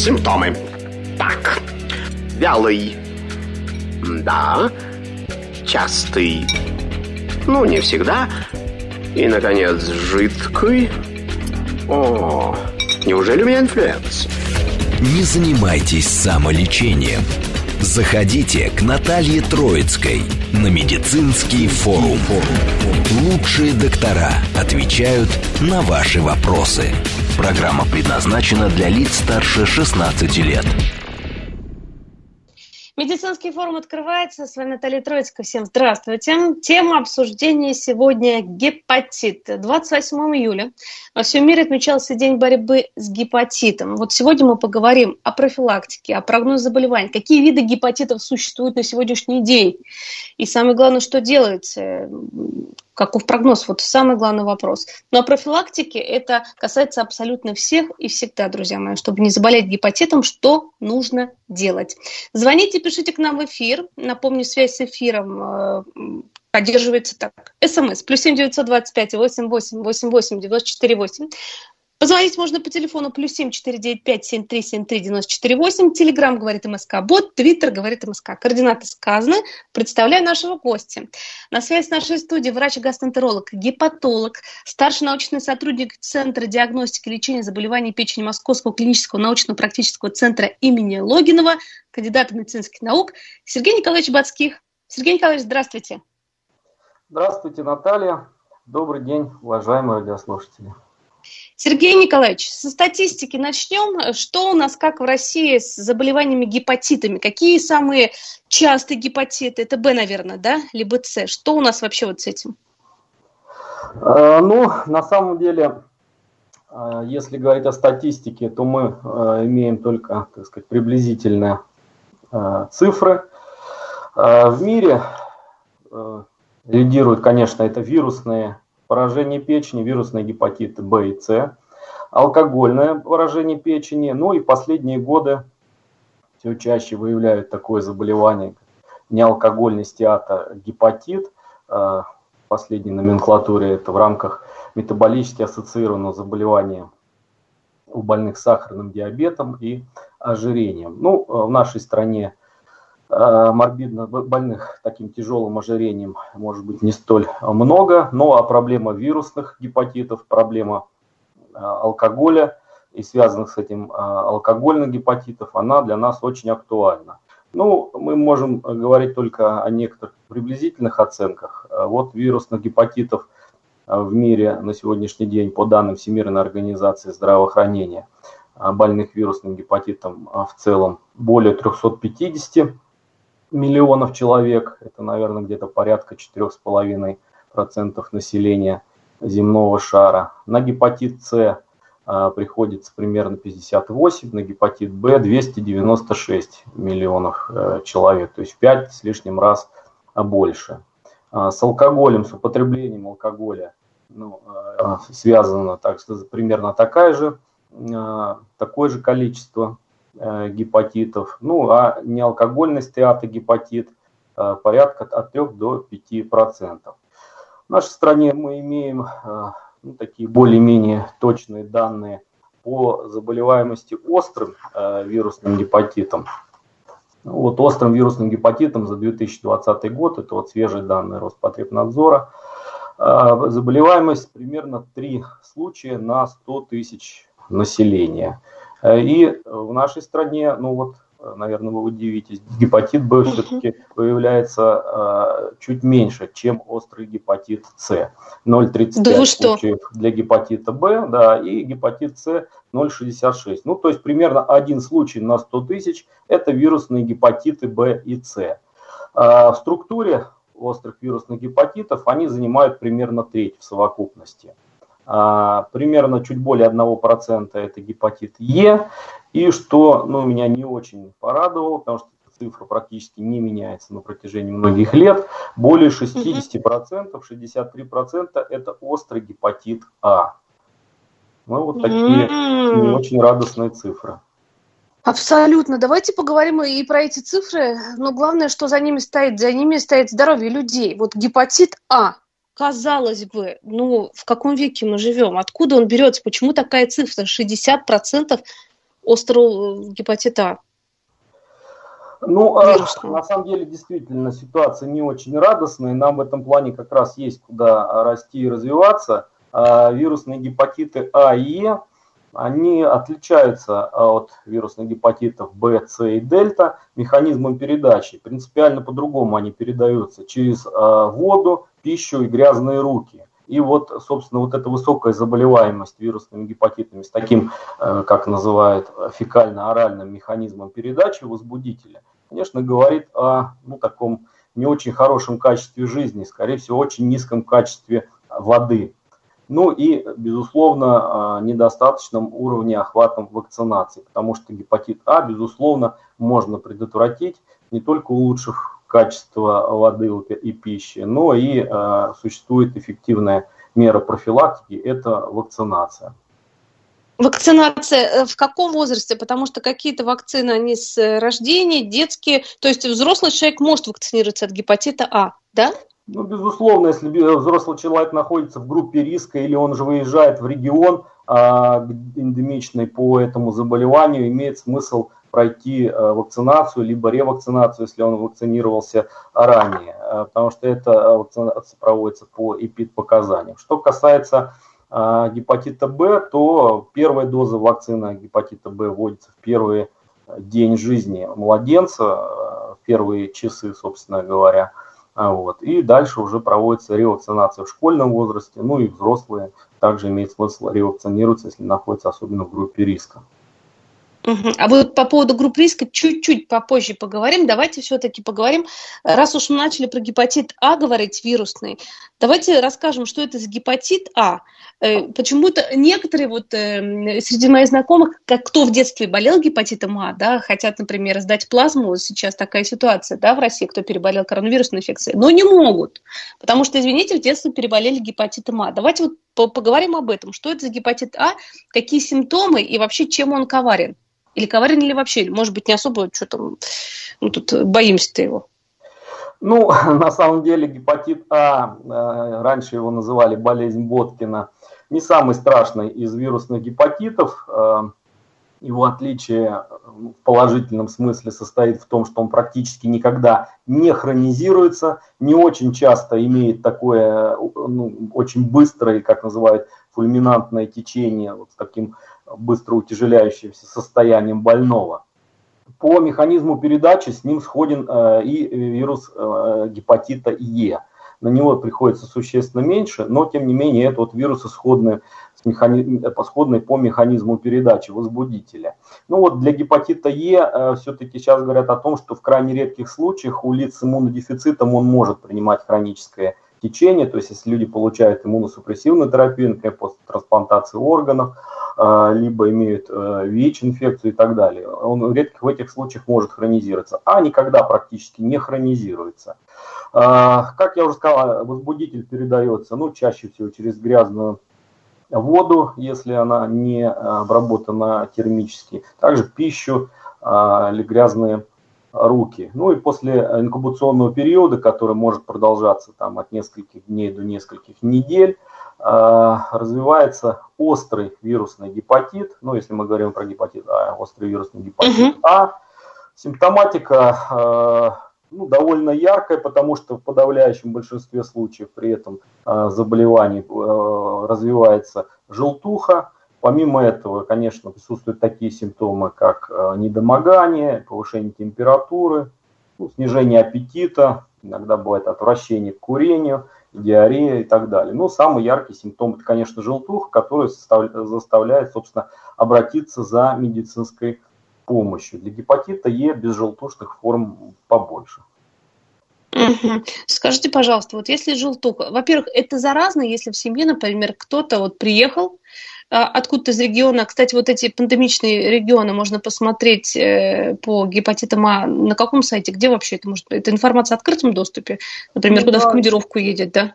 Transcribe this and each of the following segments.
Симптомы. Так, вялый. Да. Частый. Ну, не всегда. И, наконец, жидкий. О, неужели у меня инфлюенс? Не занимайтесь самолечением. Заходите к Наталье Троицкой на медицинский форум. Лучшие доктора отвечают на ваши вопросы. Программа предназначена для лиц старше 16 лет. Медицинский форум открывается. С вами Наталья Троицкая. Всем здравствуйте. Тема обсуждения сегодня – гепатит. 28 июля во всем мире отмечался День борьбы с гепатитом. Вот сегодня мы поговорим о профилактике, о прогнозе заболеваний, какие виды гепатитов существуют на сегодняшний день. И самое главное, что делается, каков прогноз, вот самый главный вопрос. Но о профилактике это касается абсолютно всех и всегда, друзья мои. Чтобы не заболеть гепатитом, что нужно делать? Звоните, пишите к нам в эфир. Напомню, связь с эфиром поддерживается так. СМС +7 925 88 88 94 8. Позвонить можно по телефону +7 495 73 73 94 8. Телеграм говорит МСК Бот, Твиттер говорит МСК. Координаты сказаны. Представляю нашего гостя. На связи с нашей студией врач-гастроэнтеролог, гепатолог, старший научный сотрудник Центра диагностики и лечения заболеваний печени Московского клинического научно-практического центра имени Логинова, кандидат медицинских наук Сергей Николаевич Бацких. Сергей Николаевич, здравствуйте. Здравствуйте, Наталья. Добрый день, уважаемые радиослушатели. Сергей Николаевич, со статистики начнем. Что у нас, как в России, с заболеваниями гепатитами? Какие самые частые гепатиты? Это Б, наверное, да? Либо С. Что у нас вообще вот с этим? На самом деле, если говорить о статистике, то мы имеем только, так сказать, приблизительные цифры. В мире лидируют, конечно, это вирусные поражение печени, вирусные гепатиты Б и С, алкогольное поражение печени, и в последние годы все чаще выявляют такое заболевание, неалкогольный стеатогепатит. В последней номенклатуре это в рамках метаболически ассоциированного заболевания у больных сахарным диабетом и ожирением. В нашей стране морбидно больных таким тяжелым ожирением может быть не столь много, а проблема вирусных гепатитов, проблема алкоголя и связанных с этим алкогольных гепатитов, она для нас очень актуальна. Мы можем говорить только о некоторых приблизительных оценках. Вот вирусных гепатитов в мире на сегодняшний день, по данным Всемирной организации здравоохранения, больных вирусным гепатитом в целом более 350 миллионов человек, это, наверное, где-то порядка 4,5% населения земного шара. На гепатит С приходится примерно 58, на гепатит Б 296 миллионов человек, то есть в 5 с лишним раз больше. С алкоголем, с употреблением алкоголя связано примерно такое же количество гепатитов, а неалкогольный стеатогепатит порядка от 3 до 5%. В нашей стране мы имеем такие более-менее точные данные по заболеваемости острым вирусным гепатитом. Острым вирусным гепатитом за 2020 год, это свежие данные Роспотребнадзора, заболеваемость примерно 3 случая на 100 тысяч населения. И в нашей стране, наверное, вы удивитесь, гепатит Б все-таки выявляется чуть меньше, чем острый гепатит С. 0,35 случаев для гепатита Б, и гепатит С 0,66. То есть примерно 1 случай на 100 тысяч – это вирусные гепатиты Б и С. В структуре острых вирусных гепатитов они занимают примерно треть в совокупности. Примерно чуть более 1% это гепатит Е, и что меня не очень порадовало, потому что цифра практически не меняется на протяжении многих лет, более 60%, 63% это острый гепатит А. Такие не очень радостные цифры. Абсолютно. Давайте поговорим и про эти цифры, но главное, что за ними стоит. За ними стоит здоровье людей. Гепатит А. Казалось бы, в каком веке мы живем? Откуда он берется? Почему такая цифра? 60% острого гепатита А? Ну, на самом деле, действительно, ситуация не очень радостная, и нам в этом плане как раз есть куда расти и развиваться. Вирусные гепатиты А и Е, они отличаются от вирусных гепатитов Б, С и Дельта механизмом передачи. Принципиально по-другому они передаются через воду, пищу и грязные руки. И вот, собственно, вот эта высокая заболеваемость вирусными гепатитами с таким, как называют, фекально-оральным механизмом передачи возбудителя, конечно, говорит о таком не очень хорошем качестве жизни, скорее всего, очень низком качестве воды. Ну и, безусловно, недостаточном уровне охвата вакцинации, потому что гепатит А, безусловно, можно предотвратить, не только улучшив качество воды и пищи, но и существует эффективная мера профилактики, это вакцинация. Вакцинация в каком возрасте? Потому что какие-то вакцины, они с рождения, детские, то есть взрослый человек может вакцинироваться от гепатита А, да? Ну, безусловно, если взрослый человек находится в группе риска или он же выезжает в регион эндемичный по этому заболеванию, имеет смысл пройти вакцинацию, либо ревакцинацию, если он вакцинировался ранее, потому что эта вакцинация проводится по эпидпоказаниям. Что касается гепатита Б, то первая доза вакцины гепатита Б вводится в первый день жизни младенца, в первые часы, собственно говоря. Вот. И дальше уже проводится ревакцинация в школьном возрасте, ну и взрослые также имеет смысл ревакцинироваться, если находятся особенно в группе риска. А вот по поводу групп риска чуть-чуть попозже поговорим. Давайте все-таки поговорим, раз уж мы начали про гепатит А говорить, вирусный, давайте расскажем, что это за гепатит А. Почему-то некоторые среди моих знакомых, кто в детстве болел гепатитом А, да, хотят, например, сдать плазму, сейчас такая ситуация, да, в России, кто переболел коронавирусной инфекцией, но не могут, потому что, извините, в детстве переболели гепатитом А. Давайте поговорим об этом, что это за гепатит А, какие симптомы и вообще чем он коварен. Или коварен, или вообще, может быть, не особо, что там, тут боимся-то его. Ну, на самом деле гепатит А, раньше его называли болезнь Боткина, не самый страшный из вирусных гепатитов. Его отличие в положительном смысле состоит в том, что он практически никогда не хронизируется, не очень часто имеет такое очень быстрое, как называют, фульминантное течение, вот с таким быстро утяжеляющимся состоянием больного. По механизму передачи с ним сходен и вирус гепатита Е. На него приходится существенно меньше, но тем не менее это вирусы сходные по механизму передачи возбудителя. Ну вот для гепатита Е все-таки сейчас говорят о том, что в крайне редких случаях у лиц с иммунодефицитом он может принимать хроническое течение, то есть если люди получают иммуносупрессивную терапию, например, после трансплантации органов, либо имеют ВИЧ-инфекцию и так далее, он редко в этих случаях может хронизироваться, а никогда практически не хронизируется. Как я уже сказал, возбудитель передается, чаще всего через грязную воду, если она не обработана термически, также пищу или грязные руки. Ну и после инкубационного периода, который может продолжаться от нескольких дней до нескольких недель, развивается острый вирусный гепатит. Ну, если мы говорим про гепатит А, острый вирусный гепатит А. Симптоматика довольно яркая, потому что в подавляющем большинстве случаев при этом заболевании развивается желтуха. Помимо этого, конечно, присутствуют такие симптомы, как недомогание, повышение температуры, снижение аппетита, иногда бывает отвращение к курению, диарея и так далее. Но самый яркий симптом – это, конечно, желтуха, который заставляет, собственно, обратиться за медицинской помощью. Для гепатита Е безжелтушных форм побольше. Скажите, пожалуйста, если желтуха, во-первых, это заразно, если в семье, например, кто-то приехал откуда-то из региона. Кстати, эти пандемичные регионы можно посмотреть по гепатитам А на каком сайте, где вообще это может быть? Это информация в открытом доступе, например, куда в командировку едет, да?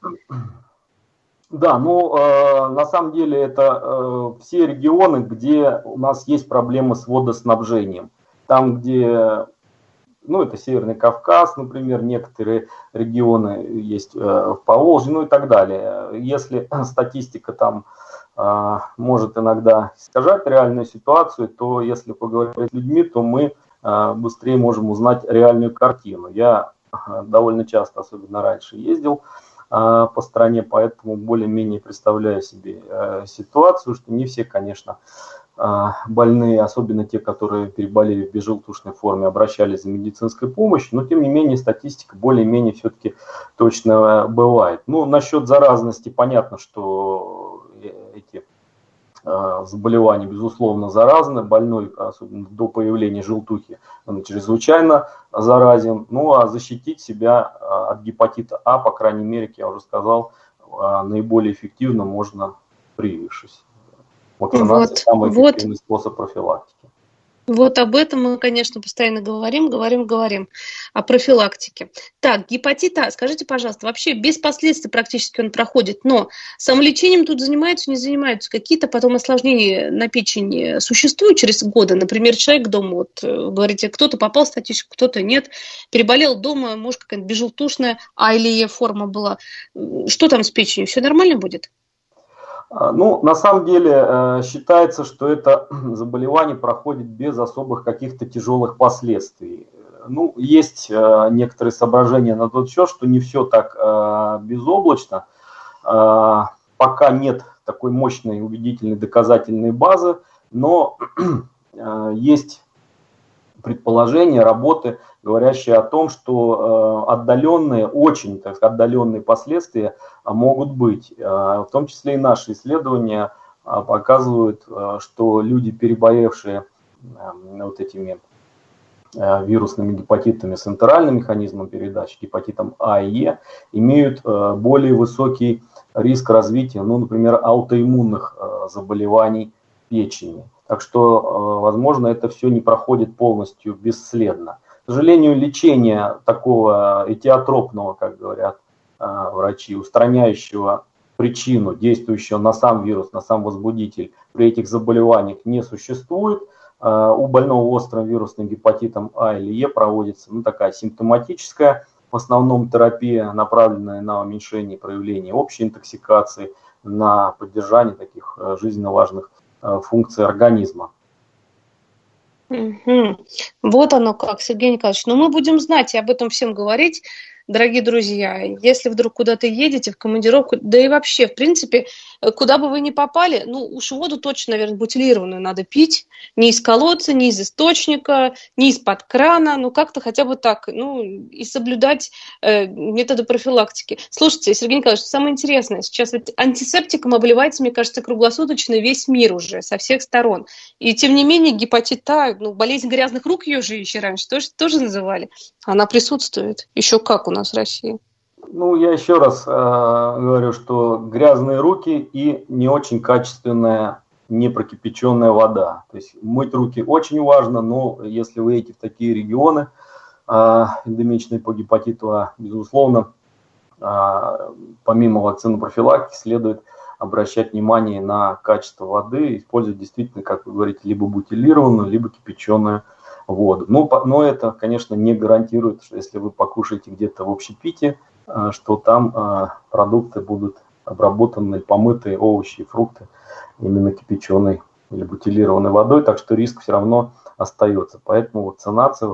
Да, на самом деле это все регионы, где у нас есть проблемы с водоснабжением. Там, где, это Северный Кавказ, например, некоторые регионы есть в Поволжье, и так далее. Если статистика там может иногда искажать реальную ситуацию, то если поговорить с людьми, то мы быстрее можем узнать реальную картину. Я довольно часто, особенно раньше, ездил по стране, поэтому более-менее представляю себе ситуацию, что не все, конечно, больные, особенно те, которые переболели в безжелтушной форме, обращались за медицинской помощью, но тем не менее статистика более-менее все-таки точно бывает. Ну, насчет заразности понятно, что эти заболевания, безусловно, заразны. Больной, особенно до появления желтухи, он чрезвычайно заразен. Ну, а защитить себя от гепатита А, по крайней мере, как я уже сказал, наиболее эффективно можно привившись. Вакцинация самый эффективный способ профилактики. Вот об этом мы, конечно, постоянно говорим о профилактике. Так, гепатит А, скажите, пожалуйста, вообще без последствий практически он проходит, но самолечением тут занимаются, не занимаются? Какие-то потом осложнения на печени существуют через годы? Например, человек дома, вот говорите, кто-то попал в статистику, кто-то нет, переболел дома, может, какая-нибудь безжелтушная А или Е форма была. Что там с печенью? Все нормально будет? Ну, на самом деле считается, что это заболевание проходит без особых каких-то тяжелых последствий. Ну, есть некоторые соображения на тот счет, что не все так безоблачно. Пока нет такой мощной убедительной доказательной базы, но есть предположения, работы, говорящие о том, что отдаленные, очень так сказать, отдаленные последствия могут быть. В том числе и наши исследования показывают, что люди, переболевшие вот этими вирусными гепатитами с энтеральным механизмом передачи, гепатитом А и Е, имеют более высокий риск развития, ну, например, аутоиммунных заболеваний печени. Так что, возможно, это все не проходит полностью бесследно. К сожалению, лечение такого этиотропного, как говорят врачи, устраняющего причину, действующего на сам вирус, на сам возбудитель, при этих заболеваниях не существует. У больного острым вирусным гепатитом А или Е проводится такая симптоматическая, в основном терапия, направленная на уменьшение проявления общей интоксикации, на поддержание таких жизненно важных функций организма. Угу. Вот оно как, Сергей Николаевич. Но мы будем знать и об этом всем говорить, дорогие друзья. Если вдруг куда-то едете в командировку, да и вообще, в принципе, куда бы вы ни попали, ну уж воду точно, наверное, бутилированную надо пить. Не из колодца, не из источника, не из-под крана, ну как-то хотя бы так, ну и соблюдать методы профилактики. Слушайте, Сергей Николаевич, самое интересное, сейчас ведь антисептиком обливается, мне кажется, круглосуточно весь мир уже, со всех сторон. И тем не менее гепатит А, ну болезнь грязных рук ее же еще раньше тоже называли, она присутствует. Еще как у нас в России. Ну, я еще раз говорю, что грязные руки и не очень качественная, не прокипяченная вода. То есть мыть руки очень важно, но если вы едете в такие регионы эндемичные по гепатиту А, безусловно, помимо вакцины профилактики следует обращать внимание на качество воды, использовать действительно, как вы говорите, либо бутилированную, либо кипяченую воду. Но это, конечно, не гарантирует, что если вы покушаете где-то в общепите, что там продукты будут обработаны, помытые, овощи и фрукты именно кипяченой или бутилированной водой, так что риск все равно остается. Поэтому вакцинация.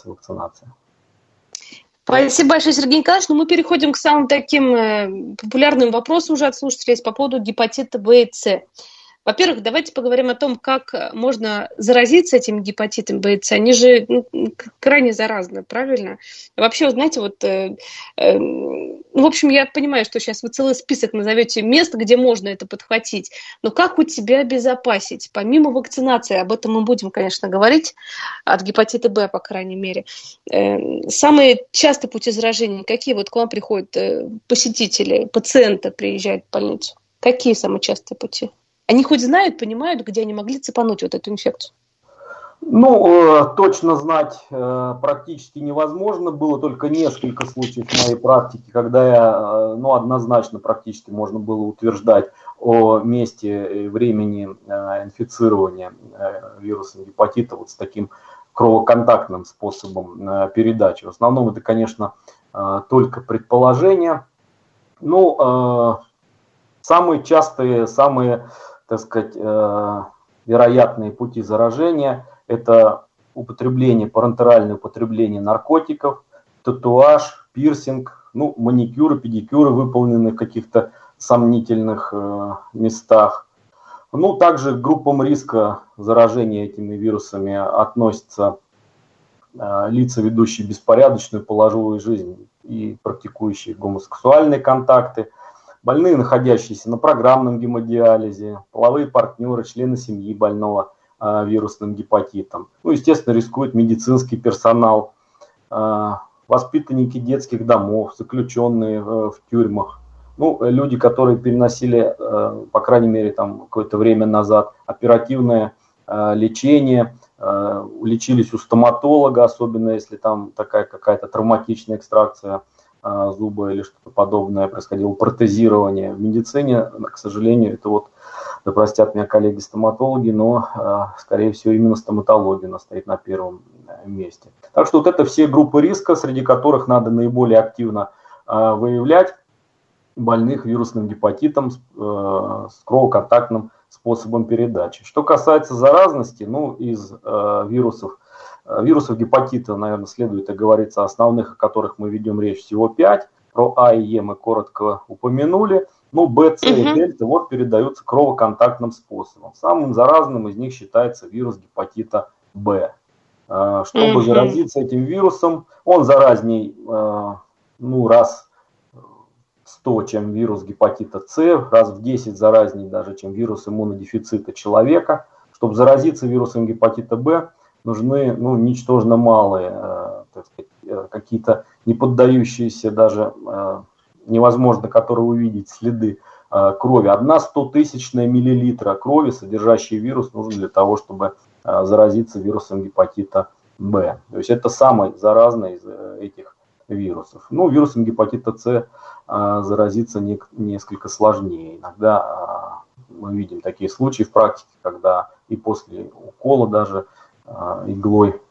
Спасибо большое, Сергей Николаевич. Но мы переходим к самым таким популярным вопросам уже от слушателей по поводу гепатита Б и С. Во-первых, давайте поговорим о том, как можно заразиться этим гепатитом Б и С. Они же крайне заразны, правильно? Вообще, вот знаете, в общем, я понимаю, что сейчас вы целый список назовете мест, где можно это подхватить. Но как у тебя обезопасить? Помимо вакцинации, об этом мы будем, конечно, говорить, от гепатита Б, по крайней мере. Самые частые пути заражения, какие вот к вам приходят посетители, пациенты приезжают в больницу? Какие самые частые пути? Они хоть знают, понимают, где они могли цепануть вот эту инфекцию? Ну, точно знать практически невозможно. Было только несколько случаев в моей практике, когда я, однозначно практически можно было утверждать о месте и времени инфицирования вирусом гепатита вот с таким кровоконтактным способом передачи. В основном это, конечно, только предположение. Самые частые, самые, так сказать, вероятные пути заражения – это парентеральное употребление наркотиков, татуаж, пирсинг, маникюры, педикюры, выполненные в каких-то сомнительных местах. Также к группам риска заражения этими вирусами относятся лица, ведущие беспорядочную половую жизнь и практикующие гомосексуальные контакты, больные, находящиеся на программном гемодиализе, половые партнеры, члены семьи больного вирусным гепатитом. Естественно, рискует медицинский персонал, воспитанники детских домов, заключенные в тюрьмах, люди, которые переносили, по крайней мере, какое-то время назад оперативное лечение, лечились у стоматолога, особенно если там такая какая-то травматичная экстракция зуба или что-то подобное происходило, протезирование. В медицине, к сожалению, это да простят меня коллеги-стоматологи, но, скорее всего, именно стоматология у нас стоит на первом месте. Так что это все группы риска, среди которых надо наиболее активно выявлять больных вирусным гепатитом с кровоконтактным способом передачи. Что касается заразности, из вирусов гепатита, наверное, следует оговориться, основных, о которых мы ведем речь, всего 5. Про А и Е мы коротко упомянули. Б, С и Дельта передаются кровоконтактным способом. Самым заразным из них считается вирус гепатита Б. Чтобы заразиться этим вирусом, он заразней раз в 100, чем вирус гепатита С, раз в 10 заразней даже, чем вирус иммунодефицита человека. Чтобы заразиться вирусом гепатита Б, нужны ничтожно малые, так сказать, какие-то не поддающиеся даже, невозможно которые увидеть следы крови. 1/100 000 миллилитра крови, содержащий вирус, нужен для того, чтобы заразиться вирусом гепатита Б. То есть это самый заразный из этих вирусов. Вирусом гепатита С заразиться несколько сложнее. Иногда мы видим такие случаи в практике, когда и после укола даже иглой,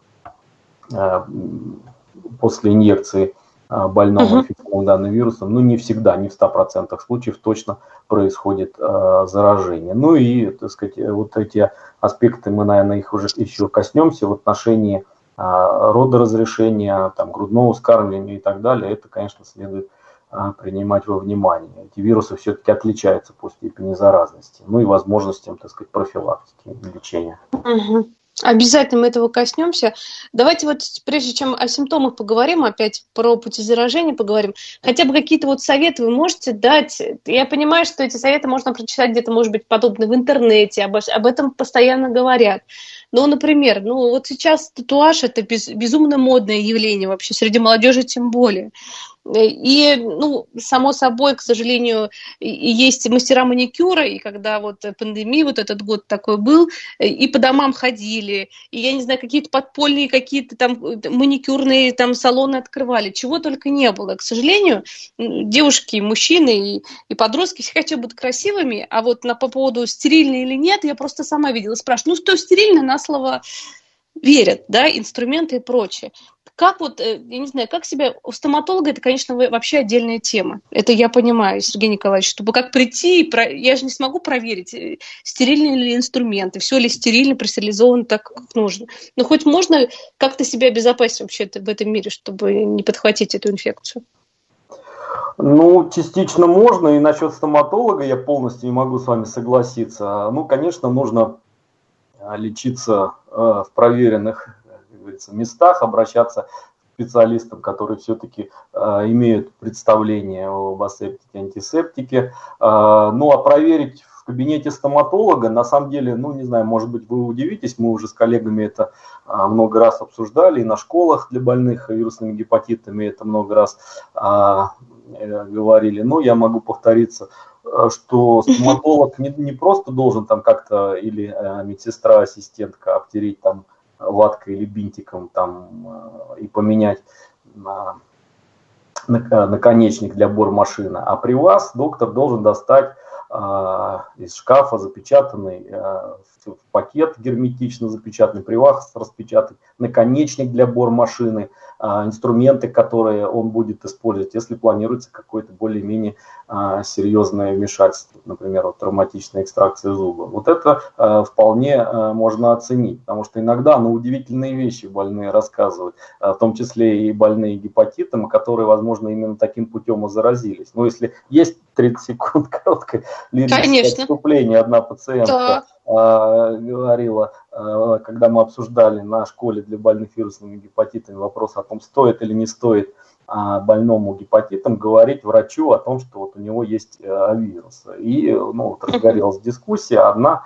после инъекции больного инфицированным данным вирусом, не всегда, не в 100% случаев точно происходит заражение. И, так сказать, эти аспекты, мы, наверное, их уже еще коснемся в отношении родоразрешения, грудного вскармливания и так далее. Это, конечно, следует принимать во внимание. Эти вирусы все-таки отличаются по степени заразности, и возможностям, так сказать, профилактики и лечения. Обязательно мы этого коснемся. Давайте прежде чем о симптомах поговорим, опять про пути заражения поговорим, хотя бы какие-то советы вы можете дать? Я понимаю, что эти советы можно прочитать где-то, может быть, подобно в интернете, об этом постоянно говорят. Например, сейчас татуаж – это безумно модное явление вообще, среди молодежи тем более. И, само собой, к сожалению, есть мастера маникюра, и когда пандемия, этот год такой был, и по домам ходили, и, я не знаю, какие-то подпольные, какие-то там маникюрные салоны открывали, чего только не было. К сожалению, девушки, мужчины и подростки все хотят быть красивыми, а по поводу стерильно или нет, я просто сама видела, спрашиваю, что стерильно, на слово верят, да, инструменты и прочее. Как я не знаю, как себя у стоматолога, это, конечно, вообще отдельная тема. Это я понимаю, Сергей Николаевич, чтобы как прийти, я же не смогу проверить, стерильные ли инструменты, все ли стерильно, простерилизовано так, как нужно. Но хоть можно как-то себя обезопасить вообще в этом мире, чтобы не подхватить эту инфекцию? Частично можно, и насчет стоматолога я полностью не могу с вами согласиться. Конечно, нужно лечиться в проверенных, как говорится, местах, обращаться к специалистам, которые все-таки имеют представление об асептике, антисептике. А проверить в кабинете стоматолога, на самом деле, не знаю, может быть, вы удивитесь, мы уже с коллегами это много раз обсуждали, и на школах для больных вирусными гепатитами это много раз говорили. Я могу повториться, что стоматолог не просто должен как-то, или медсестра, ассистентка обтереть ваткой или бинтиком и поменять наконечник для бормашины, а при вас доктор должен достать из шкафа запечатанный в в пакет герметично запечатанный, приварку распечатать, наконечник для бормашины, инструменты, которые он будет использовать, если планируется какое-то более-менее серьезное вмешательство, например, вот, травматичная экстракция зуба. Вот это вполне можно оценить, потому что иногда удивительные вещи больные рассказывают, в том числе и больные гепатитом, которые, возможно, именно таким путем и заразились. Но если есть 30 секунд короткое лирическое отступление, одна пациентка говорила, когда мы обсуждали на школе для больных вирусными гепатитами вопрос о том, стоит или не стоит больному гепатитом говорить врачу о том, что вот у него есть вирус. И вот разгорелась дискуссия. Одна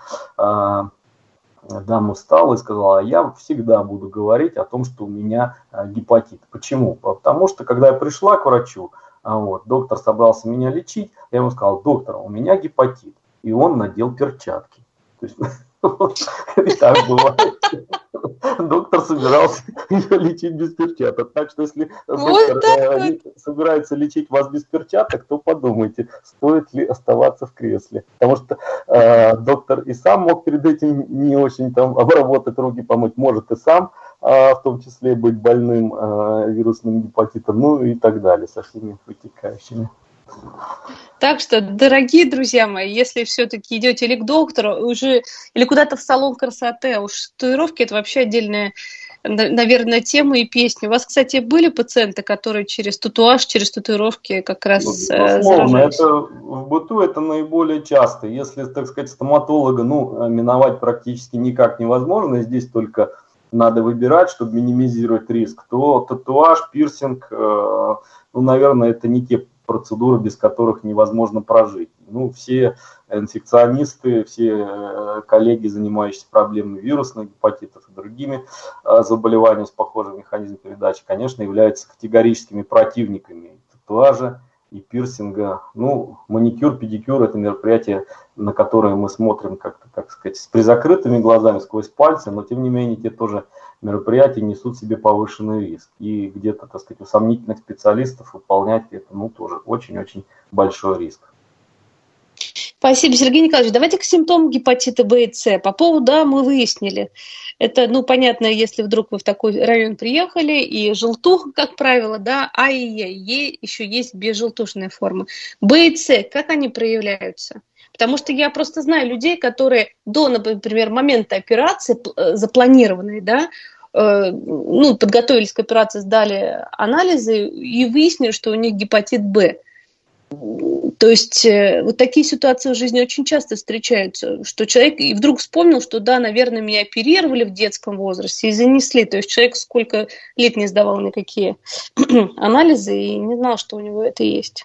дама встала и сказала: я всегда буду говорить о том, что у меня гепатит. Почему? Потому что, когда я пришла к врачу, доктор собрался меня лечить, я ему сказал: доктор, у меня гепатит. И он надел перчатки. То есть, и так бывает. Доктор собирался ее лечить без перчаток. Так что, если доктор собирается лечить вас без перчаток, то подумайте, стоит ли оставаться в кресле. Потому что доктор и сам мог перед этим не очень там обработать руки, помыть, может и сам, в том числе быть больным вирусным гепатитом, и так далее, со всеми вытекающими. Так что, дорогие друзья мои, если все-таки идете или к доктору, или куда-то в салон красоты, уж татуировки – это вообще отдельная, наверное, тема и песня. У вас, кстати, были пациенты, которые через татуаж, через татуировки как раз заражались? Это в быту это наиболее часто. Если, так сказать, стоматолога миновать практически никак невозможно, и здесь только надо выбирать, чтобы минимизировать риск, то татуаж, пирсинг, наверное, это не те процедуры, без которых невозможно прожить. Все инфекционисты, все коллеги, занимающиеся проблемами вирусных гепатитов и другими заболеваниями с похожим механизмом передачи, конечно, являются категорическими противниками татуажа и пирсинга. Маникюр, педикюр – это мероприятие, на которое мы смотрим как-то, так сказать, с призакрытыми глазами, сквозь пальцы, но тем не менее те тоже мероприятия несут в себе повышенный риск. И где-то, так сказать, у сомнительных специалистов выполнять это, тоже очень-очень большой риск. Спасибо, Сергей Николаевич. Давайте к симптомам гепатита Б и С. По поводу, мы выяснили. Это, понятно, если вдруг вы в такой район приехали, и желтуха, как правило, А и Е еще есть безжелтушная форма. Б и С, как они проявляются? Потому что я просто знаю людей, которые до, например, момента операции запланированной, подготовились к операции, сдали анализы и выяснили, что у них гепатит Б. То есть вот такие ситуации в жизни очень часто встречаются, что человек и вдруг вспомнил, что наверное, меня оперировали в детском возрасте и занесли. То есть человек сколько лет не сдавал никакие анализы и не знал, что у него это есть.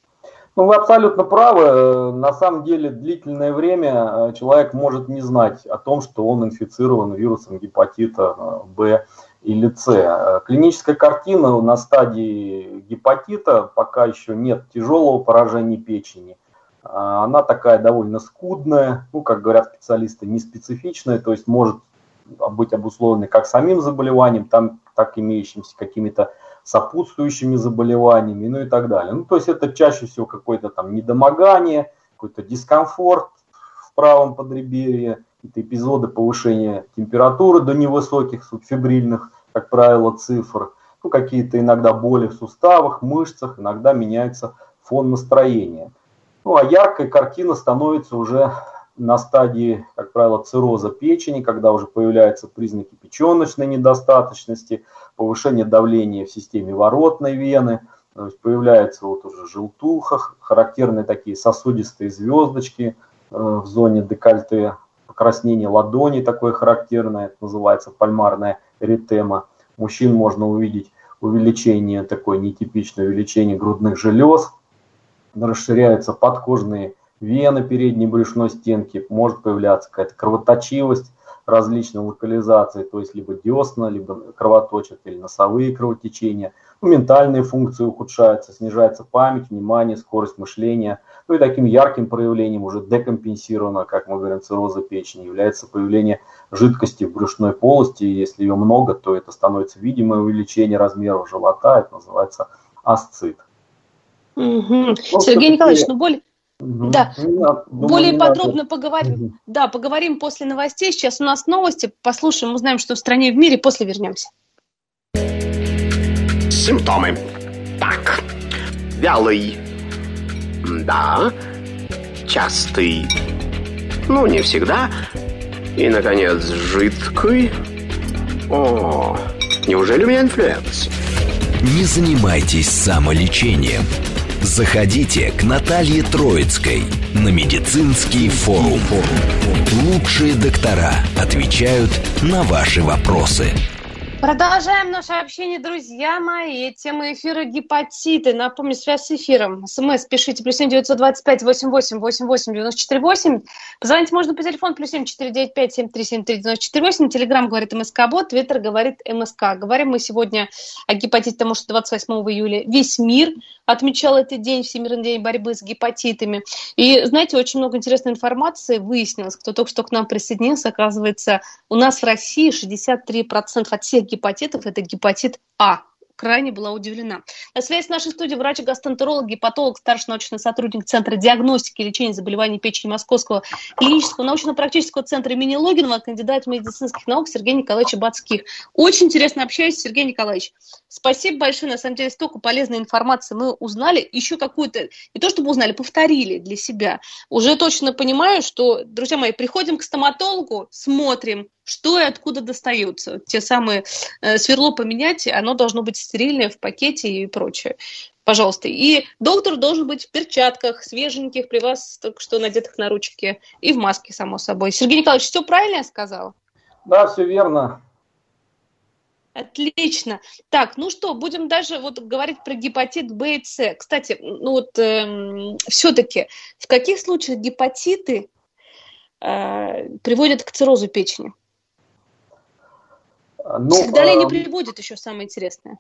Вы абсолютно правы. На самом деле длительное время человек может не знать о том, что он инфицирован вирусом гепатита Б или С. Клиническая картина на стадии гепатита, пока еще нет тяжелого поражения печени. Она такая довольно скудная, как говорят специалисты, неспецифичная, то есть может быть обусловлена как самим заболеванием, так имеющимися какими-то сопутствующими заболеваниями, и так далее. То есть это чаще всего какое-то недомогание, какой-то дискомфорт в правом подреберье, какие-то эпизоды повышения температуры до невысоких субфебрильных, как правило, цифр, какие-то иногда боли в суставах, мышцах, иногда меняется фон настроения. А яркая картина становится уже на стадии, как правило, цирроза печени, когда уже появляются признаки печеночной недостаточности, повышение давления в системе воротной вены, то есть появляется уже желтуха, характерные такие сосудистые звездочки в зоне декольте, покраснение ладони такое характерное, это называется пальмарная эритема. У мужчин можно увидеть увеличение, такое нетипичное увеличение грудных желез, расширяются подкожные вены передней брюшной стенки, может появляться какая-то кровоточивость различной локализации, то есть либо десна, либо кровоточат, или носовые кровотечения. Ментальные функции ухудшаются, снижается память, внимание, скорость мышления. И таким ярким проявлением уже декомпенсировано, как мы говорим, цирроза печени, является появление жидкости в брюшной полости. И если ее много, то это становится видимое увеличение размеров живота, это называется асцит. Сергей Николаевич, Да, более подробно поговорим. Да, поговорим после новостей. Сейчас у нас новости. Послушаем, узнаем, что в стране и в мире. После вернемся. Симптомы. Так, вялый. Да. Частый. Ну, не всегда. И, наконец, жидкий. О, неужели у меня инфлюенс? Не занимайтесь самолечением. Заходите к Наталье Троицкой на медицинский форум. Лучшие доктора отвечают на ваши вопросы. Продолжаем наше общение, друзья мои. Тема эфира — гепатиты. Напомню, связь с эфиром. СМС пишите +7 925 88 88 94 8. Позвонить можно по телефону +7 495 7373 94 8. Телеграм говорит МСК-бот, Твиттер говорит МСК. Говорим мы сегодня о гепатите, потому что 28 июля весь мир отмечал этот день, Всемирный день борьбы с гепатитами. И, знаете, очень много интересной информации выяснилось. Кто только что к нам присоединился, оказывается, у нас в России 63% от всех гепатитов – это гепатит А. Крайне была удивлена. На связи с нашей студией врач-гастроэнтеролог, гепатолог, старший научный сотрудник Центра диагностики и лечения заболеваний печени Московского клинического научно-практического центра имени Логинова, кандидат медицинских наук Сергей Николаевич Бацких. Очень интересно общаюсь, Сергей Николаевич. Спасибо большое. На самом деле, столько полезной информации мы узнали. Еще какую-то, не то чтобы узнали, повторили для себя. Уже точно понимаю, что, друзья мои, приходим к стоматологу, смотрим, что и откуда достаются. Те самые сверло поменять, оно должно быть стерильное в пакете и прочее. Пожалуйста. И доктор должен быть в перчатках, свеженьких, при вас только что надетых на ручки, и в маске, само собой. Сергей Николаевич, все правильно я сказала? Да, все верно. Отлично. Так, ну что, будем даже вот говорить про гепатит Б и С. Кстати, ну вот все-таки в каких случаях гепатиты приводят к циррозу печени? Всегда ли они приводят, еще самое интересное?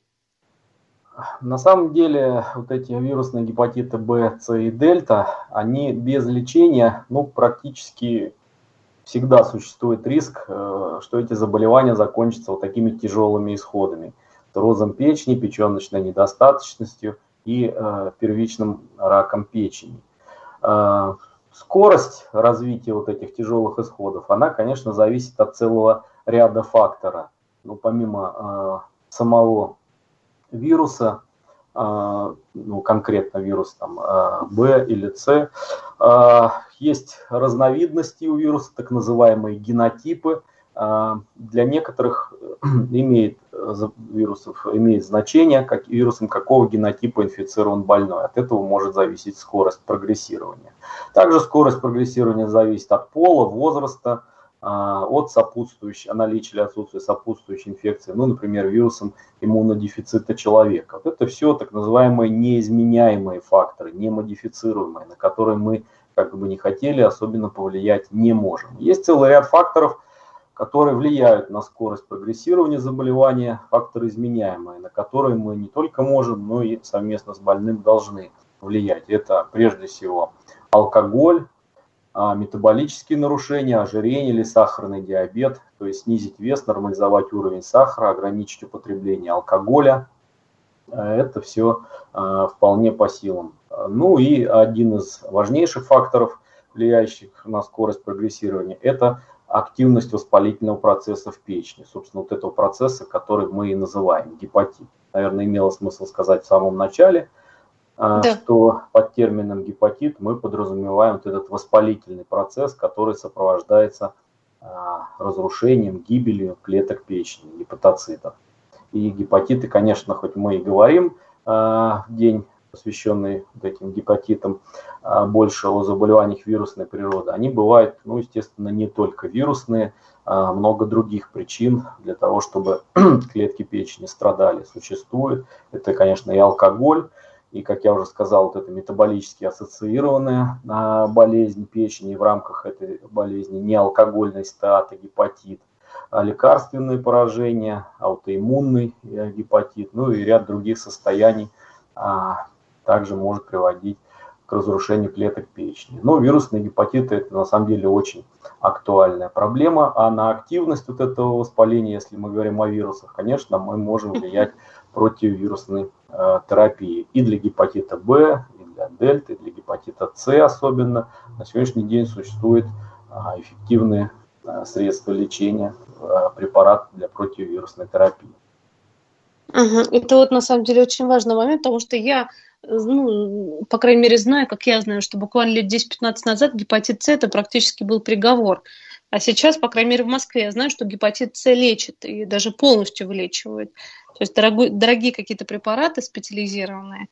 На самом деле, вот эти вирусные гепатиты Б, С и Дельта, они без лечения, ну, практически всегда существует риск, что эти заболевания закончатся вот такими тяжелыми исходами. Циррозом печени, печеночной недостаточностью и первичным раком печени. Скорость развития вот этих тяжелых исходов, она, конечно, зависит от целого ряда факторов. Ну, помимо самого вируса, ну, конкретно вирус там, Б или С, есть разновидности у вируса, так называемые генотипы. Для некоторых вирусов имеет значение, как вирусом какого генотипа инфицирован больной. От этого может зависеть скорость прогрессирования. Также скорость прогрессирования зависит от пола, возраста, от наличия или отсутствия сопутствующей инфекции, ну, например, вирусом иммунодефицита человека. Вот это все так называемые неизменяемые факторы, немодифицируемые, на которые мы, как бы не хотели, особенно повлиять не можем. Есть целый ряд факторов, которые влияют на скорость прогрессирования заболевания, факторы изменяемые, на которые мы не только можем, но и совместно с больным должны влиять. Это прежде всего алкоголь, метаболические нарушения, ожирение или сахарный диабет, то есть снизить вес, нормализовать уровень сахара, ограничить употребление алкоголя. Это все вполне по силам. Ну и один из важнейших факторов, влияющих на скорость прогрессирования, это активность воспалительного процесса в печени. Собственно, вот этого процесса, который мы и называем гепатит. Наверное, имело смысл сказать в самом начале, что под термином гепатит мы подразумеваем вот этот воспалительный процесс, который сопровождается разрушением, гибелью клеток печени, гепатоцитов. И гепатиты, конечно, хоть мы и говорим в день, посвященный вот этим гепатитам, больше о заболеваниях вирусной природы, они бывают, ну, естественно, не только вирусные, много других причин для того, чтобы клетки печени страдали, существует. Это, конечно, и алкоголь, и, как я уже сказал, вот это метаболически ассоциированная болезнь печени, в рамках этой болезни неалкогольный стеатогепатит, лекарственные поражения, аутоиммунный гепатит, ну и ряд других состояний также может приводить к разрушению клеток печени. Но вирусные гепатиты — это на самом деле очень актуальная проблема, а на активность вот этого воспаления, если мы говорим о вирусах, конечно, мы можем влиять противовирусной терапии и для гепатита Б, и для дельты, для гепатита С особенно. На сегодняшний день существуют эффективные средства лечения, препараты для противовирусной терапии. Это вот на самом деле очень важный момент, потому что я, по крайней мере, знаю, как я знаю, что буквально лет 10-15 назад гепатит С это практически был приговор. А сейчас, по крайней мере, в Москве я знаю, что гепатит С лечат и даже полностью вылечивают. То есть дорогие какие-то препараты специализированные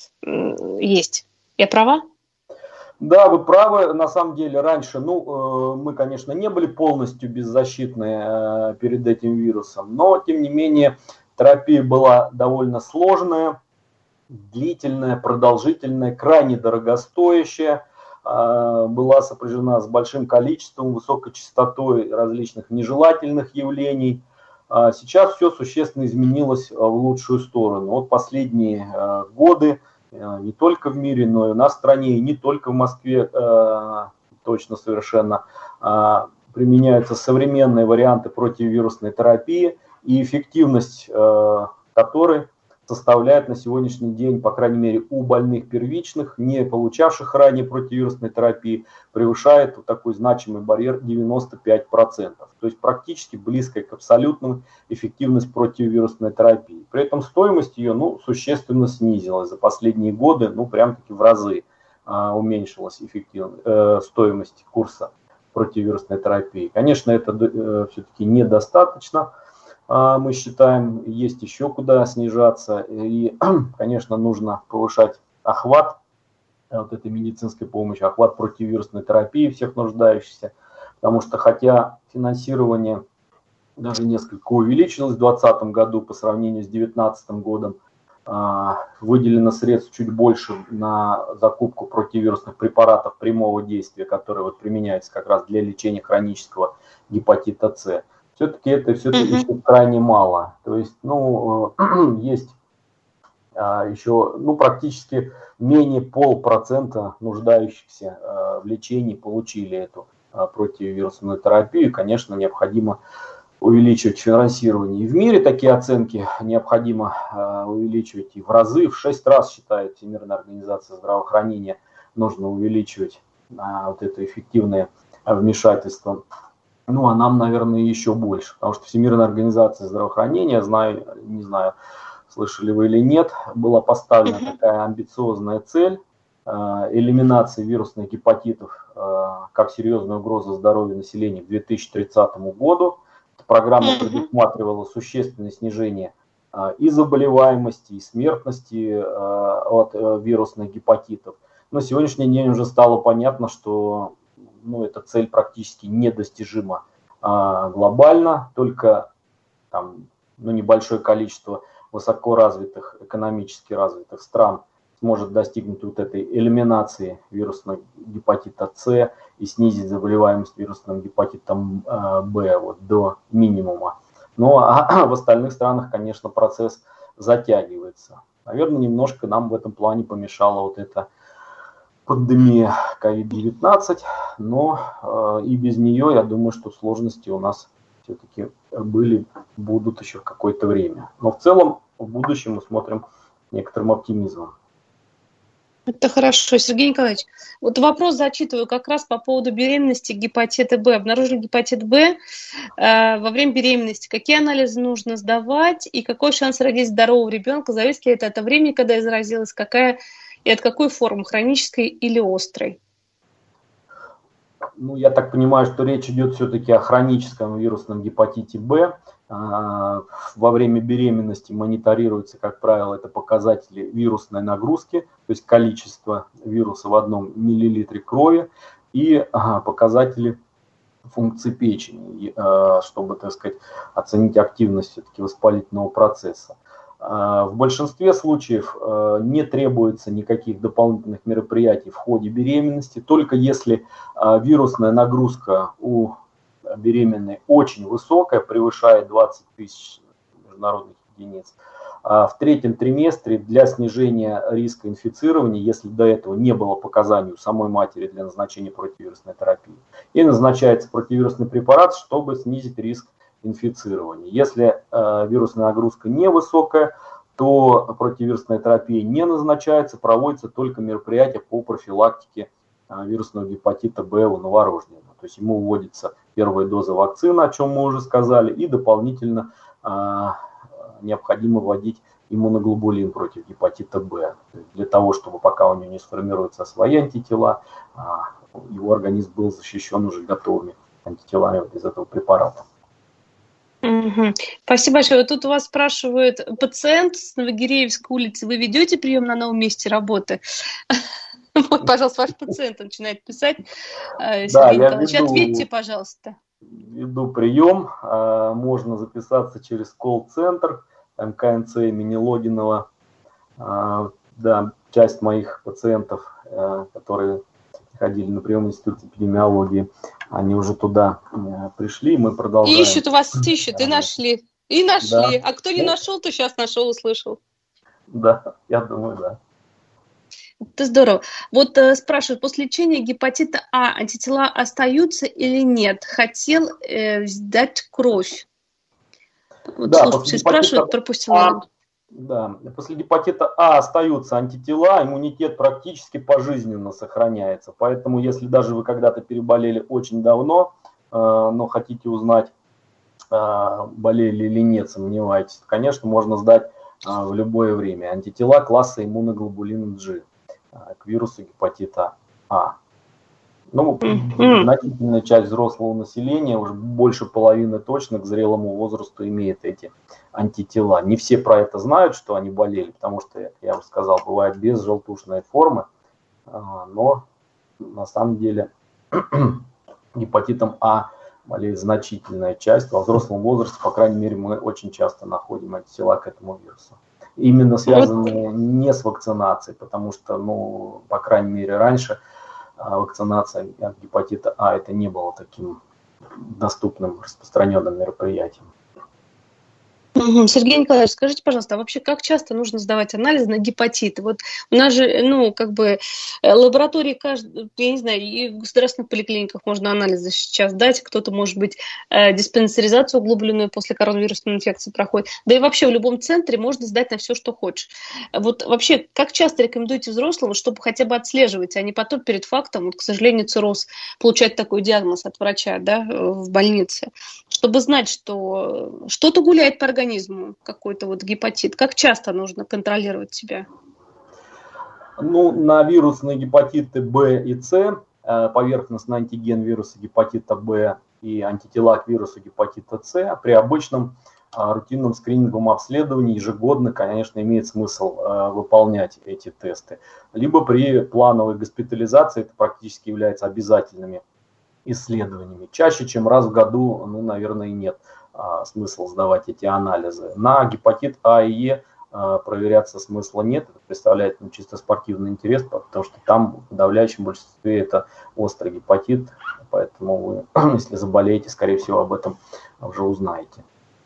есть. Я права? Да, вы правы. На самом деле раньше, мы, конечно, не были полностью беззащитны перед этим вирусом, но, тем не менее, терапия была довольно сложная, длительная, продолжительная, крайне дорогостоящая, была сопряжена с большим количеством, высокой частотой различных нежелательных явлений. Сейчас все существенно изменилось в лучшую сторону. Вот последние годы не только в мире, но и у нас в стране, и не только в Москве точно совершенно применяются современные варианты противовирусной терапии, и эффективность которой составляет на сегодняшний день, по крайней мере, у больных первичных, не получавших ранее противовирусной терапии, превышает вот такой значимый барьер 95%. То есть практически близкая к абсолютной эффективности противовирусной терапии. При этом стоимость ее существенно снизилась за последние годы, прям-таки в разы уменьшилась стоимость курса противовирусной терапии. Конечно, это все-таки недостаточно. Мы считаем, есть еще куда снижаться, и, конечно, нужно повышать охват вот этой медицинской помощи, охват противовирусной терапии всех нуждающихся, потому что хотя финансирование даже несколько увеличилось в 2020 году по сравнению с 2019 годом, выделено средств чуть больше на закупку противовирусных препаратов прямого действия, которые применяются как раз для лечения хронического гепатита С. Все-таки это еще крайне мало. То есть, есть еще, практически менее 0,5% нуждающихся в лечении получили эту противовирусную терапию. И, конечно, необходимо увеличивать финансирование. И в мире такие оценки необходимо увеличивать и в разы, в 6 раз, считает Всемирная организация здравоохранения, нужно увеличивать вот это эффективное вмешательство. А нам, наверное, еще больше, потому что Всемирная организация здравоохранения, не знаю, слышали вы или нет, была поставлена такая амбициозная цель элиминации вирусных гепатитов как серьезной угрозы здоровью населения к 2030 году. Эта программа предусматривала существенное снижение и заболеваемости, и смертности от вирусных гепатитов. На сегодняшний день уже стало понятно, что эта цель практически недостижима глобально, только небольшое количество высокоразвитых, экономически развитых стран сможет достигнуть вот этой элиминации вирусного гепатита С и снизить заболеваемость вирусным гепатитом Б до минимума. В остальных странах, конечно, процесс затягивается. Наверное, немножко нам в этом плане помешала вот эта пандемия COVID-19, но и без нее, я думаю, что сложности у нас все-таки будут еще какое-то время. Но в целом в будущем мы смотрим некоторым оптимизмом. Это хорошо. Сергей Николаевич, вот вопрос зачитываю как раз по поводу беременности гепатита Б. Обнаружили гепатит Б во время беременности. Какие анализы нужно сдавать и какой шанс родить здорового ребенка? Зависит ли это от времени, когда я заразилась, и от какой формы, хронической или острой? Я так понимаю, что речь идет все-таки о хроническом вирусном гепатите Б. Во время беременности мониторируются, как правило, это показатели вирусной нагрузки, то есть количество вируса в 1 миллилитре крови, и показатели функции печени, чтобы, оценить активность все-таки воспалительного процесса. В большинстве случаев не требуется никаких дополнительных мероприятий в ходе беременности, только если вирусная нагрузка у беременной очень высокая, превышает 20 тысяч международных единиц. В 3-м триместре для снижения риска инфицирования, если до этого не было показаний у самой матери для назначения противовирусной терапии, и назначается противовирусный препарат, чтобы снизить риск инфицирования. Если вирусная нагрузка невысокая, то противовирусная терапия не назначается, проводится только мероприятия по профилактике вирусного гепатита Б у новорожденного. То есть ему вводится первая доза вакцины, о чем мы уже сказали, и дополнительно необходимо вводить иммуноглобулин против гепатита Б, для того, чтобы пока у него не сформируются свои антитела, его организм был защищен уже готовыми антителами из этого препарата. Угу. Спасибо большое. Вот тут у вас спрашивают, пациент с Новогиреевской улицы, вы ведете прием на новом месте работы? Вот, пожалуйста, ваш пациент начинает писать. Да, я веду, ответьте, пожалуйста. Веду прием. Можно записаться через колл-центр МКНЦ имени Логинова. Да, часть моих пациентов, которые ходили на прием в Институт эпидемиологии, они уже туда пришли, мы продолжаем. Ищут, у вас ищут, и нашли. И нашли. Да. А кто не нашел, то сейчас нашел, услышал. Да, я думаю, да. Это здорово. Вот спрашивают, после лечения гепатита А антитела остаются или нет? Хотел сдать кровь. Вот да, слушайте, спрашивают, пропустил. Да, после гепатита А остаются антитела, иммунитет практически пожизненно сохраняется. Поэтому, если даже вы когда-то переболели очень давно, но хотите узнать, болели или нет, сомневаетесь, конечно, можно сдать в любое время. Антитела класса иммуноглобулин G к вирусу гепатита А. Ну, значительная часть взрослого населения, уже больше половины точно к зрелому возрасту имеет эти антитела. Не все про это знают, что они болели, потому что, я уже сказал, бывает безжелтушные формы, но на самом деле гепатитом А болеет значительная часть. Во взрослом возрасте, по крайней мере, мы очень часто находим антитела к этому вирусу. Именно связанные не с вакцинацией, потому что, ну, по крайней мере, раньше вакцинация от гепатита А это не было таким доступным, распространенным мероприятием. Сергей Николаевич, скажите, пожалуйста, а вообще как часто нужно сдавать анализы на гепатит? Вот у нас же, ну, как бы лаборатории, я не знаю, и в государственных поликлиниках можно анализы сейчас дать, кто-то, может быть, диспансеризацию углубленную после коронавирусной инфекции проходит. Да и вообще в любом центре можно сдать на все, что хочешь. Вот вообще, как часто рекомендуете взрослому, чтобы хотя бы отслеживать, а не потом перед фактом, вот, к сожалению, цирроз, получать такой диагноз от врача, да, в больнице, чтобы знать, что что-то гуляет по организму, какой-то вот гепатит. Как часто нужно контролировать себя? Ну, на вирусные гепатиты Б и С, поверхностный антиген вируса гепатита Б и антитела к вирусу гепатита С, при обычном рутинном скрининговом обследовании ежегодно, конечно, имеет смысл выполнять эти тесты. Либо при плановой госпитализации это практически является обязательными исследованиями. Чаще, чем раз в году, ну, наверное, и нет смысла сдавать эти анализы. На гепатит А и Е проверяться смысла нет. Это представляет чисто спортивный интерес, потому что там в подавляющем большинстве это острый гепатит. Поэтому вы, если заболеете, скорее всего, об этом уже узнаете.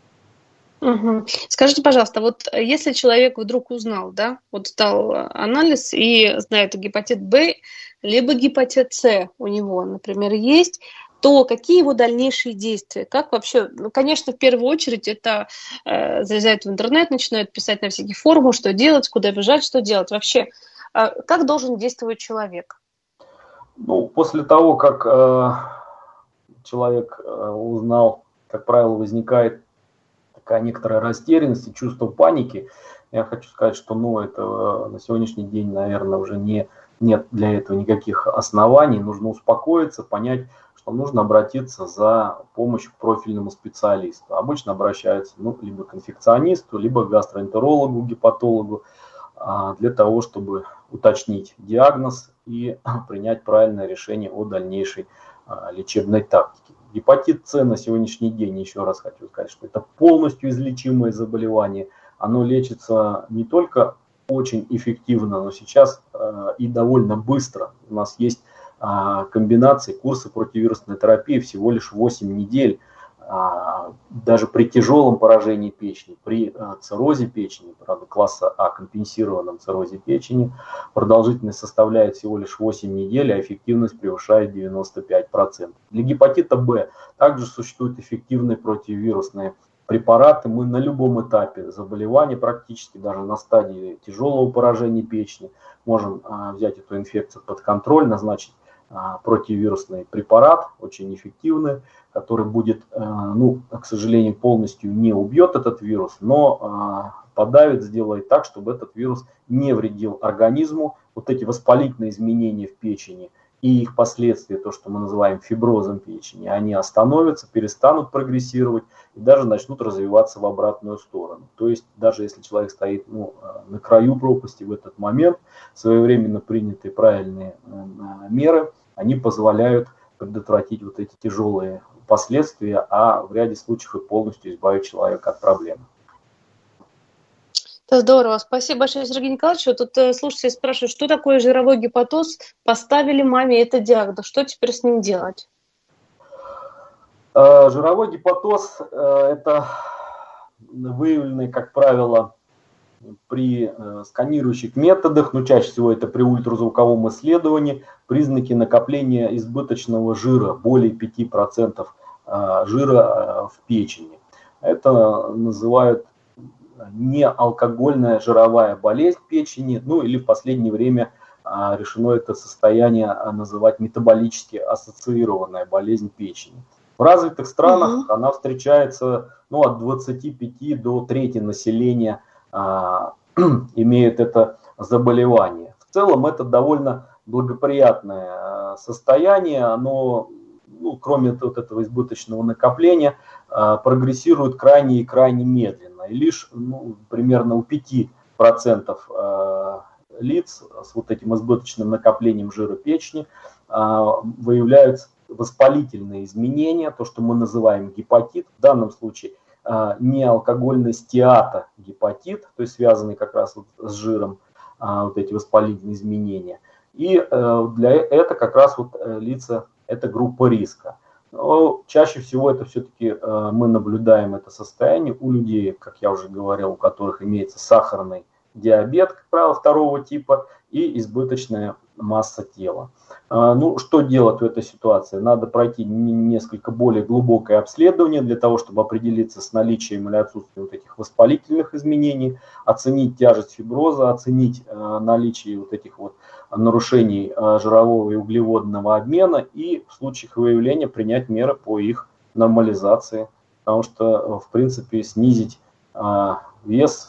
Угу. Скажите, пожалуйста, вот если человек вдруг узнал, да, вот сдал анализ и знает гепатит Б, либо гепатит С у него, например, есть, то какие его дальнейшие действия? Как вообще, ну, конечно, в первую очередь это залезают в интернет, начинают писать на всякие форумы, что делать, куда бежать, что делать. Вообще, как должен действовать человек? Ну, после того, как человек узнал, как правило, возникает такая некоторая растерянность и чувство паники, я хочу сказать, что, ну, это на сегодняшний день, наверное, уже нет для этого никаких оснований. Нужно успокоиться, понять, что нужно обратиться за помощью к профильному специалисту. Обычно обращаются, ну, либо к инфекционисту, либо к гастроэнтерологу, гепатологу, для того, чтобы уточнить диагноз и принять правильное решение о дальнейшей лечебной тактике. Гепатит С на сегодняшний день, еще раз хочу сказать, что это полностью излечимое заболевание. Оно лечится не только очень эффективно, но сейчас и довольно быстро. У нас есть комбинации, курсы противовирусной терапии всего лишь 8 недель. Даже при тяжелом поражении печени, при циррозе печени, правда, класса А, компенсированном циррозе печени, продолжительность составляет всего лишь 8 недель, а эффективность превышает 95%. Для гепатита Б также существуют эффективные противовирусные препараты мы на любом этапе заболевания, практически даже на стадии тяжелого поражения печени, можем взять эту инфекцию под контроль, назначить противовирусный препарат, очень эффективный, который будет, к сожалению, полностью не убьет этот вирус, но подавит, сделает так, чтобы этот вирус не вредил организму. Вот эти воспалительные изменения в печени и их последствия, то, что мы называем фиброзом печени, они остановятся, перестанут прогрессировать и даже начнут развиваться в обратную сторону. То есть даже если человек стоит на краю пропасти в этот момент, своевременно принятые правильные меры, они позволяют предотвратить вот эти тяжелые последствия, а в ряде случаев и полностью избавить человека от проблем. Это здорово. Спасибо большое, Сергей Николаевич. Тут слушатели спрашивают, что такое жировой гепатоз? Поставили маме это диагноз. Что теперь с ним делать? Жировой гепатоз – это выявленный, как правило, при сканирующих методах, но чаще всего это при ультразвуковом исследовании, признаки накопления избыточного жира, более 5% жира в печени. Это называют неалкогольная жировая болезнь печени, или в последнее время решено это состояние называть метаболически ассоциированная болезнь печени. В развитых странах она встречается от 25 до трети населения имеет это заболевание. В целом это довольно благоприятное состояние, оно, кроме этого избыточного накопления, прогрессирует крайне и крайне медленно. И лишь примерно у 5% лиц с вот этим избыточным накоплением жира печени выявляются воспалительные изменения, то, что мы называем гепатит, в данном случае неалкогольный стеатогепатит, то есть связанный как раз с жиром, вот эти воспалительные изменения. И для этого как раз лица, это группа риска. Но чаще всего это все-таки мы наблюдаем это состояние у людей, как я уже говорил, у которых имеется сахарный диабет, как правило, второго типа и избыточная масса тела. Что делать в этой ситуации? Надо пройти несколько более глубокое обследование для того, чтобы определиться с наличием или отсутствием вот этих воспалительных изменений, оценить тяжесть фиброза, оценить наличие вот этих нарушений жирового и углеводного обмена и в случае их выявления принять меры по их нормализации, потому что, в принципе, снизить вес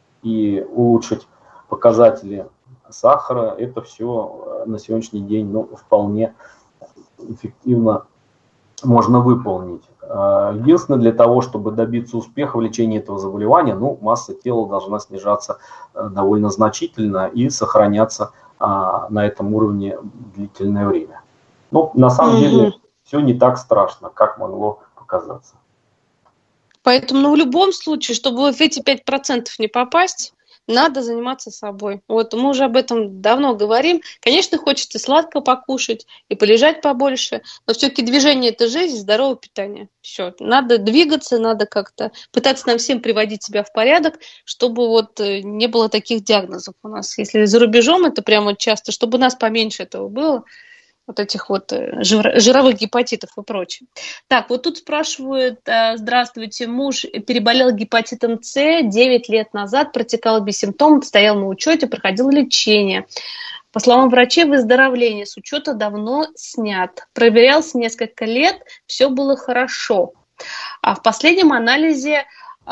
и улучшить показатели сахара, это все на сегодняшний день вполне эффективно можно выполнить. Единственное, для того, чтобы добиться успеха в лечении этого заболевания, масса тела должна снижаться довольно значительно и сохраняться на этом уровне длительное время. Но на самом деле все не так страшно, как могло показаться. Поэтому в любом случае, чтобы в эти 5% не попасть, надо заниматься собой. Мы уже об этом давно говорим. Конечно, хочется сладко покушать и полежать побольше, но все-таки движение – это жизнь, здоровое питание. Все, надо двигаться, надо как-то пытаться нам всем приводить себя в порядок, чтобы не было таких диагнозов у нас. Если за рубежом это прямо часто, чтобы у нас поменьше этого было, этих жировых гепатитов и прочее. Так, тут спрашивают, здравствуйте, муж переболел гепатитом С 9 лет назад, протекал без симптомов, стоял на учете, проходил лечение. По словам врачей, выздоровление с учета давно снят. Проверялся несколько лет, все было хорошо. А в последнем анализе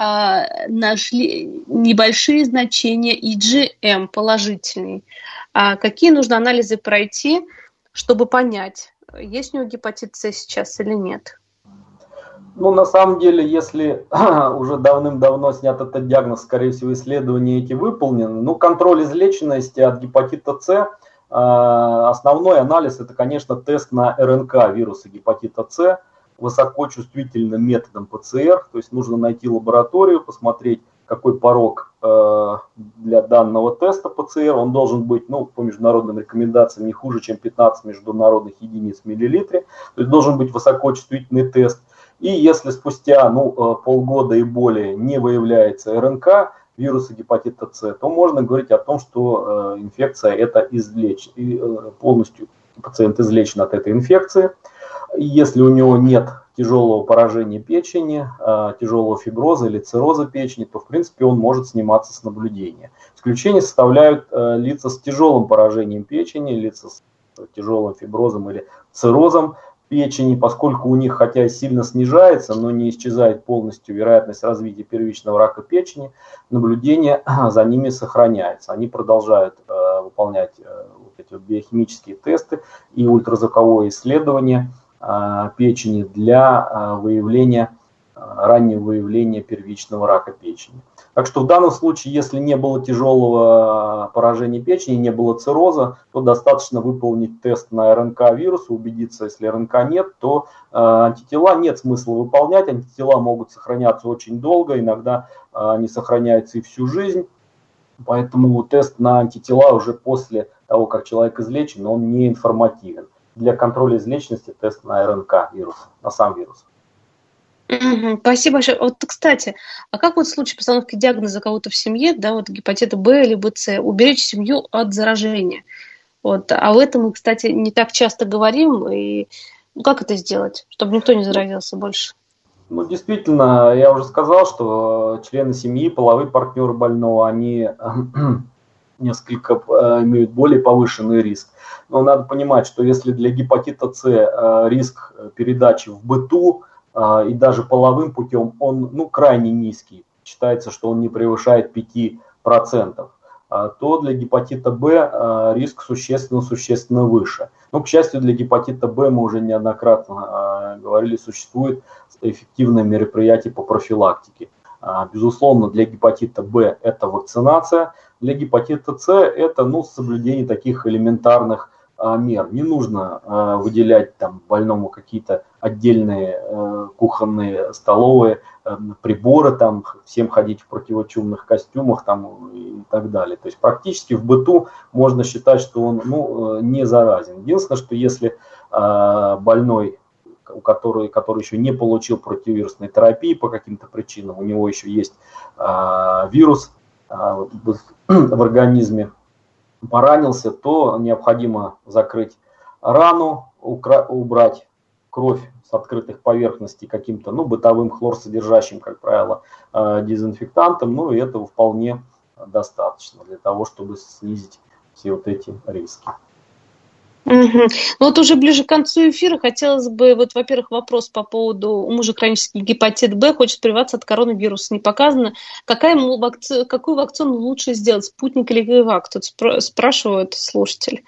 нашли небольшие значения IgM положительные. Какие нужно анализы пройти, чтобы понять, есть у него гепатит С сейчас или нет? На самом деле, если уже давным-давно снят этот диагноз, скорее всего, исследования эти выполнены. Контроль излеченности от гепатита С, основной анализ – это, конечно, тест на РНК вируса гепатита С, высокочувствительным методом ПЦР, то есть нужно найти лабораторию, посмотреть, какой порог для данного теста ПЦР, он должен быть, по международным рекомендациям, не хуже, чем 15 международных единиц в миллилитре, то есть должен быть высокочувствительный тест. И если спустя полгода и более не выявляется РНК вируса гепатита С, то можно говорить о том, что инфекция это полностью пациент излечен от этой инфекции. Если у него нет тяжелого поражения печени, тяжелого фиброза или цирроза печени, то, в принципе, он может сниматься с наблюдения. Исключение составляют лица с тяжелым поражением печени, лица с тяжелым фиброзом или циррозом печени, поскольку у них, хотя и сильно снижается, но не исчезает полностью вероятность развития первичного рака печени, наблюдение за ними сохраняется. Они продолжают выполнять вот эти вот биохимические тесты и ультразвуковое исследование печени для раннего выявления первичного рака печени. Так что в данном случае, если не было тяжелого поражения печени, не было цирроза, то достаточно выполнить тест на РНК вируса, убедиться, если РНК нет, то антитела нет смысла выполнять, антитела могут сохраняться очень долго, иногда они сохраняются и всю жизнь, поэтому тест на антитела уже после того, как человек излечен, он не информативен. Для контроля излеченности тест на РНК вируса, на сам вирус. Спасибо большое. Вот, кстати, а как вот в случае постановки диагноза кого-то в семье, да, вот гепатита Б либо С, уберечь семью от заражения? Вот, а в этом мы, кстати, не так часто говорим. И как это сделать, чтобы никто не заразился больше? Ну, действительно, я уже сказал, что члены семьи, половые партнеры больного, они несколько имеют более повышенный риск. Но надо понимать, что если для гепатита С риск передачи в быту и даже половым путем, он крайне низкий, считается, что он не превышает 5%, то для гепатита Б риск существенно выше. Но, к счастью, для гепатита Б, мы уже неоднократно говорили, существует эффективное мероприятие по профилактике. Безусловно, для гепатита Б это вакцинация, для гепатита С это соблюдение таких элементарных мер. Не нужно выделять там больному какие-то отдельные кухонные, столовые приборы, там, всем ходить в противочумных костюмах там, и так далее. То есть практически в быту можно считать, что он не заразен. Единственное, что если больной, который еще не получил противовирусной терапии по каким-то причинам, у него еще есть вирус в организме, поранился, то необходимо закрыть рану, убрать кровь с открытых поверхностей каким-то бытовым хлорсодержащим, как правило, дезинфектантом, и этого вполне достаточно для того, чтобы снизить все вот эти риски. Вот уже ближе к концу эфира хотелось бы, во-первых, вопрос по поводу, у мужа хронический гепатит Б, хочет прививаться от коронавируса, не показано. Какую вакцину лучше сделать, спутник или Вивак? Тут спрашивают слушатели.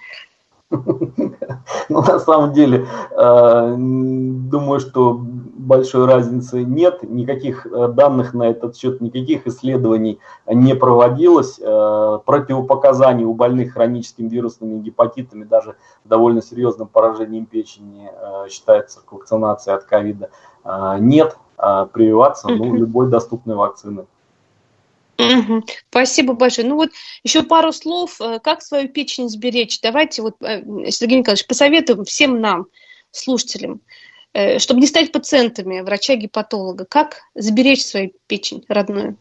На самом деле, думаю, что большой разницы нет, никаких данных на этот счет, никаких исследований не проводилось. Противопоказаний у больных хроническими вирусными гепатитами, даже довольно серьезным поражением печени, считается вакцинация от ковида, нет. Прививаться любой доступной вакцины. Спасибо большое. Еще пару слов, как свою печень сберечь. Давайте, Сергей Николаевич, посоветуем всем нам, слушателям, чтобы не стать пациентами врача-гепатолога. Как сберечь свою печень родную?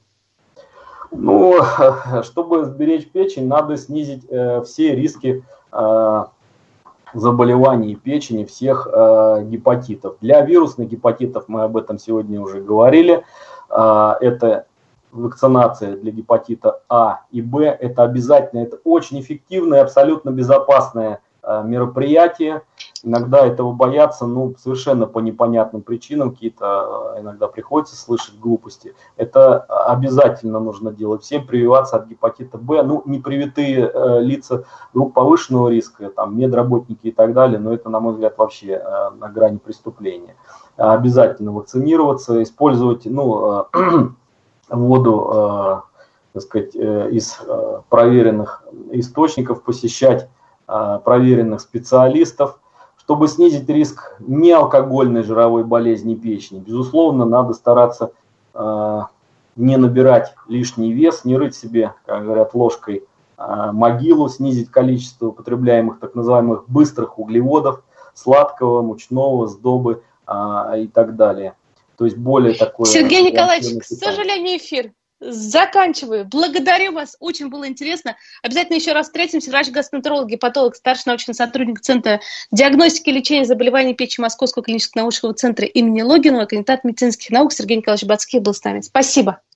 Чтобы сберечь печень, надо снизить все риски заболеваний печени всех гепатитов. Для вирусных гепатитов, мы об этом сегодня уже говорили, это вакцинация для гепатита А и Б, это обязательно, это очень эффективное, абсолютно безопасное мероприятие. Иногда этого боятся, совершенно по непонятным причинам, какие-то иногда приходится слышать глупости. Это обязательно нужно делать. Всем прививаться от гепатита Б, непривитые лица групп повышенного риска, там, медработники и так далее, но это, на мой взгляд, вообще на грани преступления. Обязательно вакцинироваться, использовать, воду, из проверенных источников, посещать проверенных специалистов, чтобы снизить риск неалкогольной жировой болезни печени. Безусловно, надо стараться не набирать лишний вес, не рыть себе, как говорят, ложкой могилу, снизить количество употребляемых так называемых быстрых углеводов, сладкого, мучного, сдобы и так далее. То есть более такое... Сергей Николаевич, к сожалению, эфир Заканчиваю. Благодарю вас. Очень было интересно. Обязательно еще раз встретимся. Врач-гастроэнтеролог, гепатолог, старший научный сотрудник Центра диагностики и лечения заболеваний печени Московского клинического научного центра имени Логинова, кандидат медицинских наук Сергей Николаевич Бацких был с нами. Спасибо.